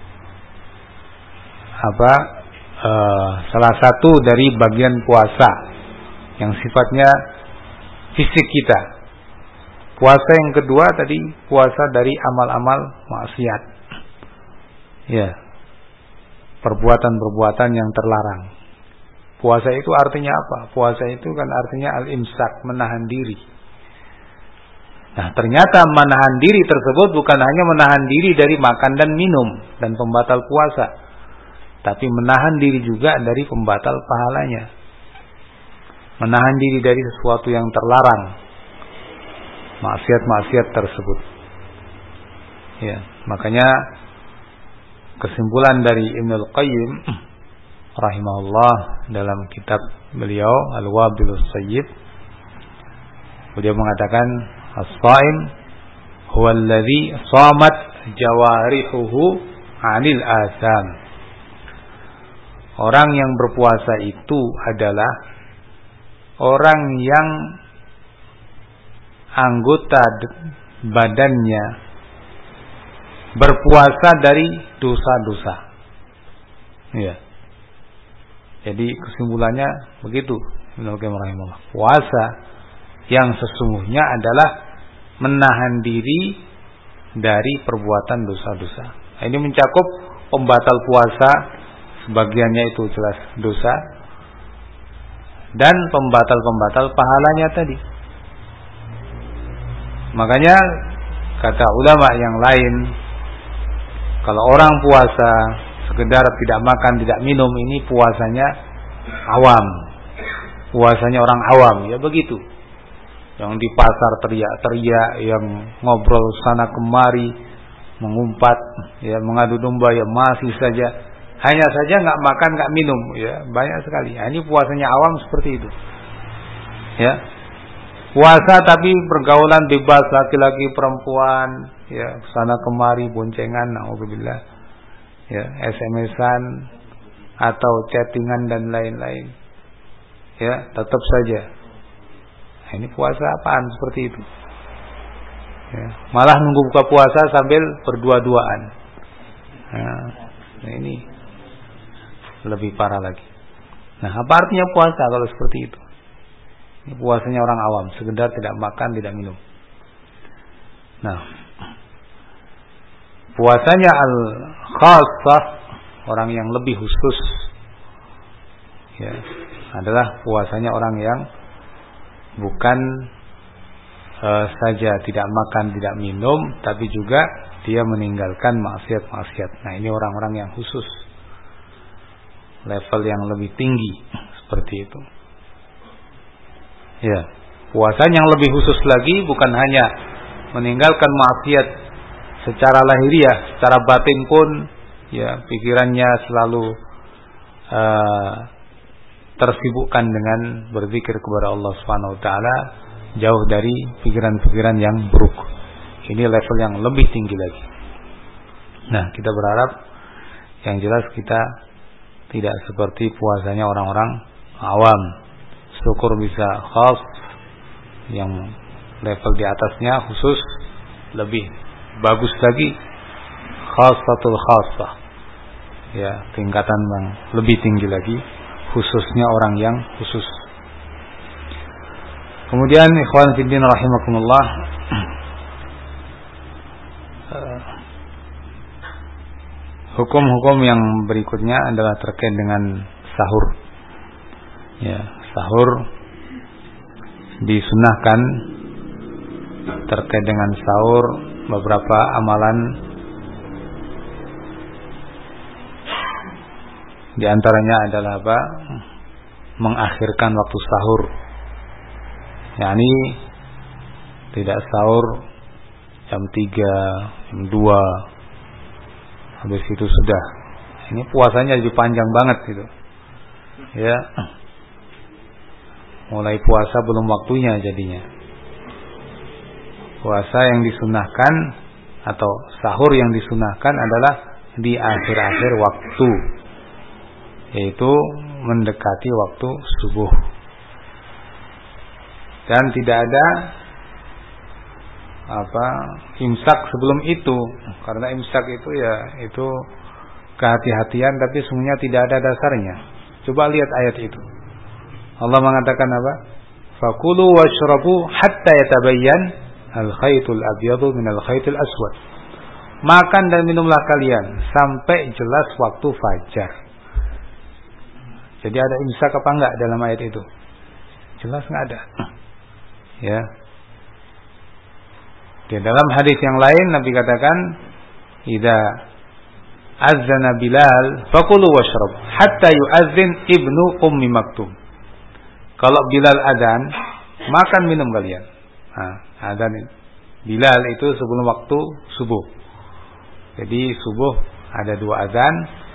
apa? Uh, salah satu dari bagian puasa yang sifatnya fisik kita. Puasa yang kedua tadi puasa dari amal-amal maksiat. Ya. Perbuatan-perbuatan yang terlarang. Puasa itu artinya apa? Puasa itu kan artinya al-imsak, menahan diri. Nah, ternyata menahan diri tersebut bukan hanya menahan diri dari makan dan minum dan pembatal puasa, tapi menahan diri juga dari pembatal pahalanya. Menahan diri dari sesuatu yang terlarang, maksiat-maksiat tersebut. Ya, makanya kesimpulan dari Ibnul Qayyim rahimahullah dalam kitab beliau Al-Wabilus Sayyib, beliau mengatakan as-shaim huwa alladhi shamat jawarihuhu 'anil atham. Orang yang berpuasa itu adalah orang yang anggota badannya berpuasa dari dosa-dosa. Ya. Jadi kesimpulannya begitu. Puasa yang sesungguhnya adalah menahan diri dari perbuatan dosa-dosa. Nah, ini mencakup pembatal puasa, sebagiannya itu jelas dosa, dan pembatal-pembatal pahalanya tadi. Makanya kata ulama yang lain, kalau orang puasa sekedar tidak makan, tidak minum, ini puasanya awam. Puasanya orang awam, ya begitu. Yang di pasar teriak-teriak, yang ngobrol sana kemari, mengumpat, ya mengadu domba, ya masih saja. Hanya saja nggak makan, nggak minum, ya banyak sekali. Nah, ini puasanya awam seperti itu. Ya, puasa tapi pergaulan bebas, laki-laki perempuan, ya sana kemari boncengan, naudzubillah, ya S M S-an atau chattingan dan lain-lain, ya tetap saja. Nah, ini puasa apaan seperti itu? Ya, malah nunggu buka puasa sambil berdua-duaan. Nah, nah ini lebih parah lagi. Nah, apa artinya puasa kalau seperti itu? Ini puasanya orang awam, sekedar tidak makan, tidak minum. Nah, puasanya al-khassah, orang yang lebih khusus, ya, adalah puasanya orang yang bukan uh, saja tidak makan, tidak minum, tapi juga dia meninggalkan maksiat-maksiat. Nah, ini orang-orang yang khusus, level yang lebih tinggi, seperti itu. Ya, puasanya yang lebih khusus lagi bukan hanya meninggalkan maksiat secara lahiriah, secara batin pun, ya pikirannya selalu uh, tersibukkan dengan berzikir kepada Allah Subhanahu wa taala, jauh dari pikiran-pikiran yang buruk. Ini level yang lebih tinggi lagi. Nah, kita berharap yang jelas kita tidak seperti puasanya orang-orang awam. Syukur bisa khas, yang level di atasnya khusus, lebih bagus lagi khasatul khasah, ya tingkatan yang lebih tinggi lagi, khususnya orang yang khusus. Kemudian ikhwan fillah rahimakumullah, hukum-hukum yang berikutnya adalah terkait dengan sahur. Ya, sahur disunahkan. Terkait dengan sahur, beberapa amalan, di antaranya adalah apa? Mengakhirkan waktu sahur. yakni tidak sahur jam tiga, jam dua, habis itu sudah. Ini puasanya jadi panjang banget gitu. Ya. Mulai puasa belum waktunya jadinya. Puasa yang disunahkan atau sahur yang disunahkan adalah di akhir-akhir waktu, yaitu mendekati waktu subuh. Dan tidak ada apa imsak sebelum itu, karena imsak itu ya itu kehati-hatian, tapi sungguhnya tidak ada dasarnya. Coba lihat ayat itu. Allah mengatakan apa? Fakulu washrabu hatta yatabayyan al-khaytul abyadu minal khaytil aswad. Makan dan minumlah kalian sampai jelas waktu fajar. Jadi ada imsak apa enggak dalam ayat itu? Jelas enggak ada. Ya. Di dalam hadis yang lain Nabi katakan, "Idza azana Bilal fakulu washrab hatta yu'azzin ibnu ummi maktum." Kalau Bilal adzan, makan minum kalian. Nah, adzan Bilal itu sebelum waktu subuh. Jadi subuh ada dua adzan.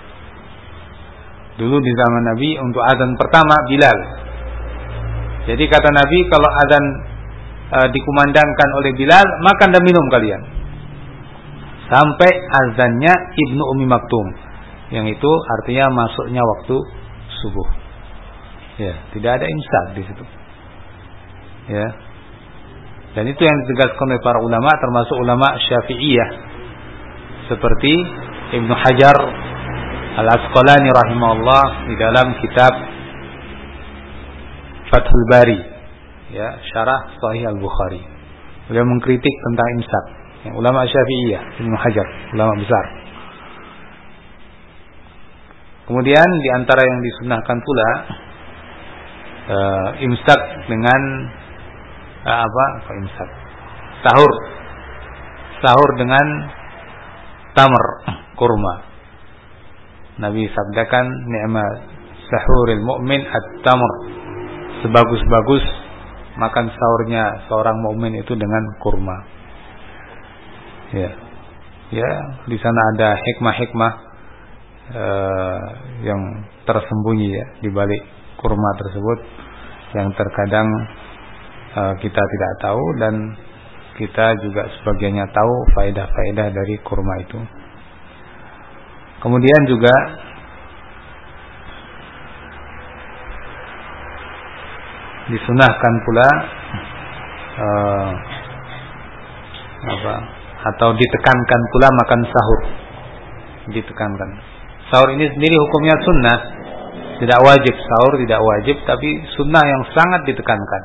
Dulu di zaman Nabi untuk adzan pertama Bilal. Jadi kata Nabi, kalau adzan e, dikumandangkan oleh Bilal, makan dan minum kalian sampai azannya Ibnu Ummi Maktum, yang itu artinya masuknya waktu subuh. Ya, tidak ada imsak di situ. Ya. Dan itu yang ditegaskan oleh para ulama, termasuk ulama Syafi'iyah seperti Ibnu Hajar Al-Asqalani rahimahullah di dalam kitab Fathul Bari, ya, syarah Sahih Al-Bukhari. Beliau mengkritik tentang imsak. Yang ulama Syafi'iyah, Ibnu Hajar, ulama besar. Kemudian di antara yang disunahkan pula uh, imsak dengan uh, apa? Apa imsak? Sahur. sahur dengan tamr, kurma. Nabi sabdakan, ni'ma sahuril mu'min at-tamr. Sebagus-bagus makan sahurnya seorang mukmin itu dengan kurma. Ya. Ya, di sana ada hikmah-hikmah uh, yang tersembunyi ya di balik kurma tersebut yang terkadang uh, kita tidak tahu dan kita juga sebagiannya tahu faedah-faedah dari kurma itu. Kemudian juga disunahkan pula uh, apa atau ditekankan pula makan sahur. Ditekankan. Sahur ini sendiri hukumnya sunnah, tidak wajib. Sahur tidak wajib, tapi sunnah yang sangat ditekankan.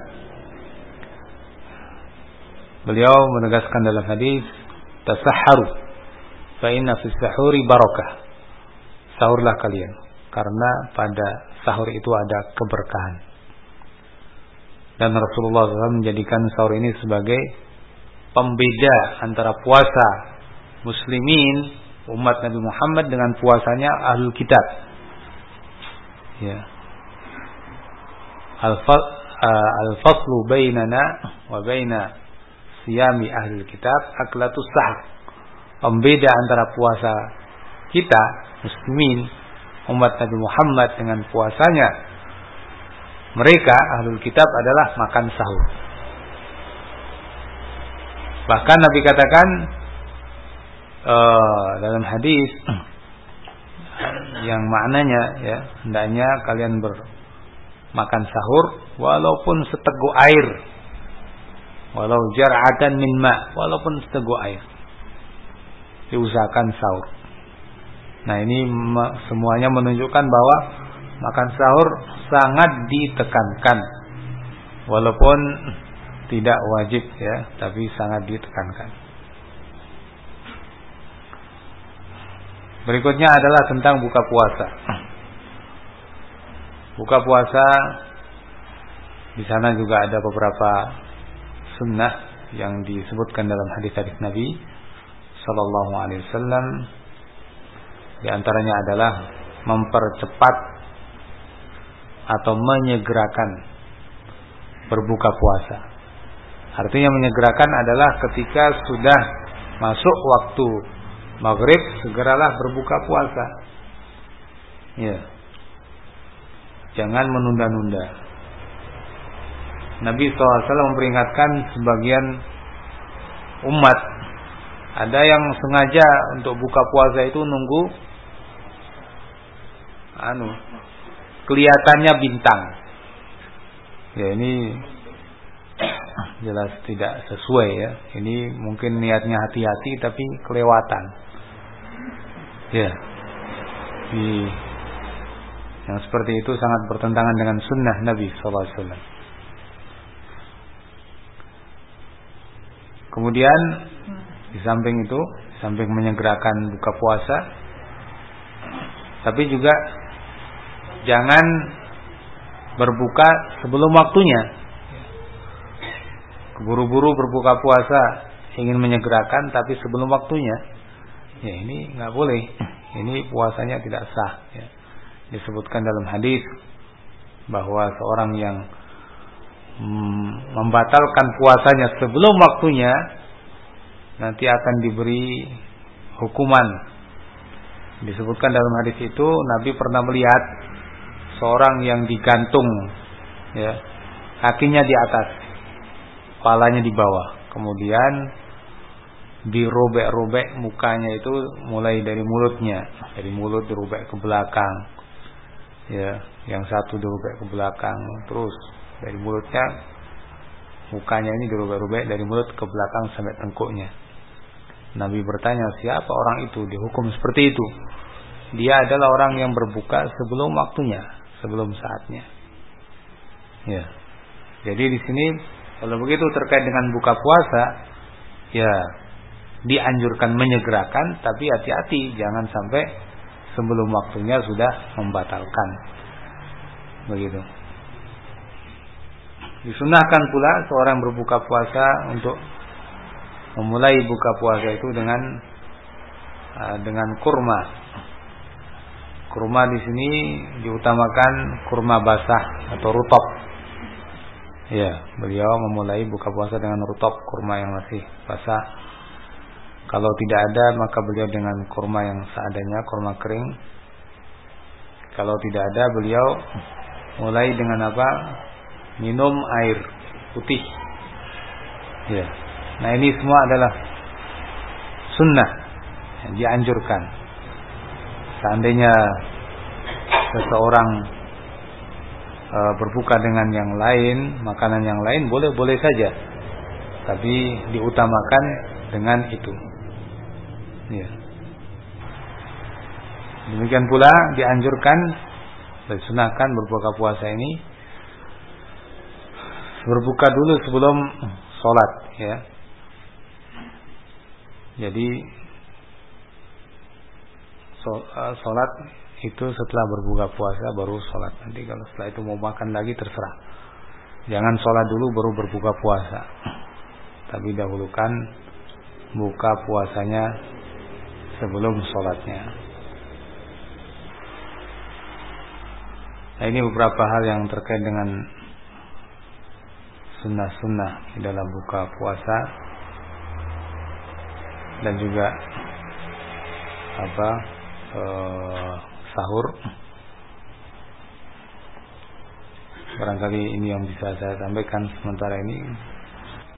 Beliau menegaskan dalam hadis, tasahharu fa inna fis sahuri barakah. Sahurlah kalian, karena pada sahur itu ada keberkahan. Dan Rasulullah shallallahu alaihi wasallam menjadikan sahur ini sebagai pembeda antara puasa muslimin umat Nabi Muhammad dengan puasanya ahlul kitab. Ya. Al-faslu bainana wa baina siyami ahlul kitab aklatus sahur. Pembeda antara puasa kita muslimin umat Nabi Muhammad dengan puasanya mereka ahlul kitab adalah makan sahur. Bahkan Nabi katakan uh, dalam hadis yang maknanya ya, hendaknya kalian bermakan sahur walaupun seteguk air, walau jar'atan min ma, walaupun seteguk air. Diusahakan sahur. Nah, ini semuanya menunjukkan bahwa makan sahur sangat ditekankan, walaupun tidak wajib ya, tapi sangat ditekankan. Berikutnya adalah tentang buka puasa. Buka puasa di sana juga ada beberapa sunnah yang disebutkan dalam hadis-hadis Nabi sallallahu alaihi wasallam. Di antaranya adalah mempercepat atau menyegerakan berbuka puasa. Artinya menyegerakan adalah ketika sudah masuk waktu maghrib, segeralah berbuka puasa. Ya. Jangan menunda-nunda. Nabi shallallahu alaihi wasallam memperingatkan sebagian umat, ada yang sengaja untuk buka puasa itu nunggu anu kelihatannya bintang. Ya, ini jelas tidak sesuai ya. Ini mungkin niatnya hati-hati tapi kelewatan. Ya. Di yang seperti itu sangat bertentangan dengan sunnah Nabi sallallahu alaihi wasallam. Kemudian di samping itu, di samping menyegerakan buka puasa, tapi juga jangan berbuka sebelum waktunya. Buru-buru berbuka puasa, ingin menyegerakan tapi sebelum waktunya, ya ini nggak boleh. Ini puasanya tidak sah. Ya. Disebutkan dalam hadis bahwa seorang yang mm, membatalkan puasanya sebelum waktunya nanti akan diberi hukuman. Disebutkan dalam hadis itu Nabi pernah melihat seorang yang digantung, ya, kakinya di atas, kepalanya di bawah, kemudian dirobek-robek mukanya itu mulai dari mulutnya, dari mulut dirobek ke belakang, ya, yang satu dirobek ke belakang, terus dari mulutnya, mukanya ini dirobek-robek dari mulut ke belakang sampai tengkuknya. Nabi bertanya, siapa orang itu dihukum seperti itu? Dia adalah orang yang berbuka sebelum waktunya, sebelum saatnya. Ya, jadi di sini kalau begitu terkait dengan buka puasa, ya dianjurkan menyegerakan, tapi hati-hati jangan sampai sebelum waktunya sudah membatalkan. Begitu. Disunahkan pula seorang berbuka puasa untuk memulai buka puasa itu dengan uh, dengan kurma. Kurma di sini diutamakan kurma basah atau rutop. Ya, beliau memulai buka puasa dengan rutop, kurma yang masih basah. Kalau tidak ada maka beliau dengan kurma yang seadanya, kurma kering. Kalau tidak ada beliau mulai dengan apa? Minum air putih. Ya. Nah, ini semua adalah sunnah yang dianjurkan. Seandainya seseorang e, berbuka dengan yang lain, makanan yang lain boleh-boleh saja, tapi diutamakan dengan itu. Ya. Demikian pula dianjurkan, disunahkan berbuka puasa ini berbuka dulu sebelum sholat, ya. Jadi sholat itu setelah berbuka puasa baru sholat. Nanti kalau setelah itu mau makan lagi terserah. Jangan sholat dulu baru berbuka puasa, tapi dahulukan buka puasanya sebelum sholatnya. Nah, ini beberapa hal yang terkait dengan sunnah-sunnah di dalam buka puasa dan juga apa eh, sahur. Barangkali ini yang bisa saya sampaikan sementara ini.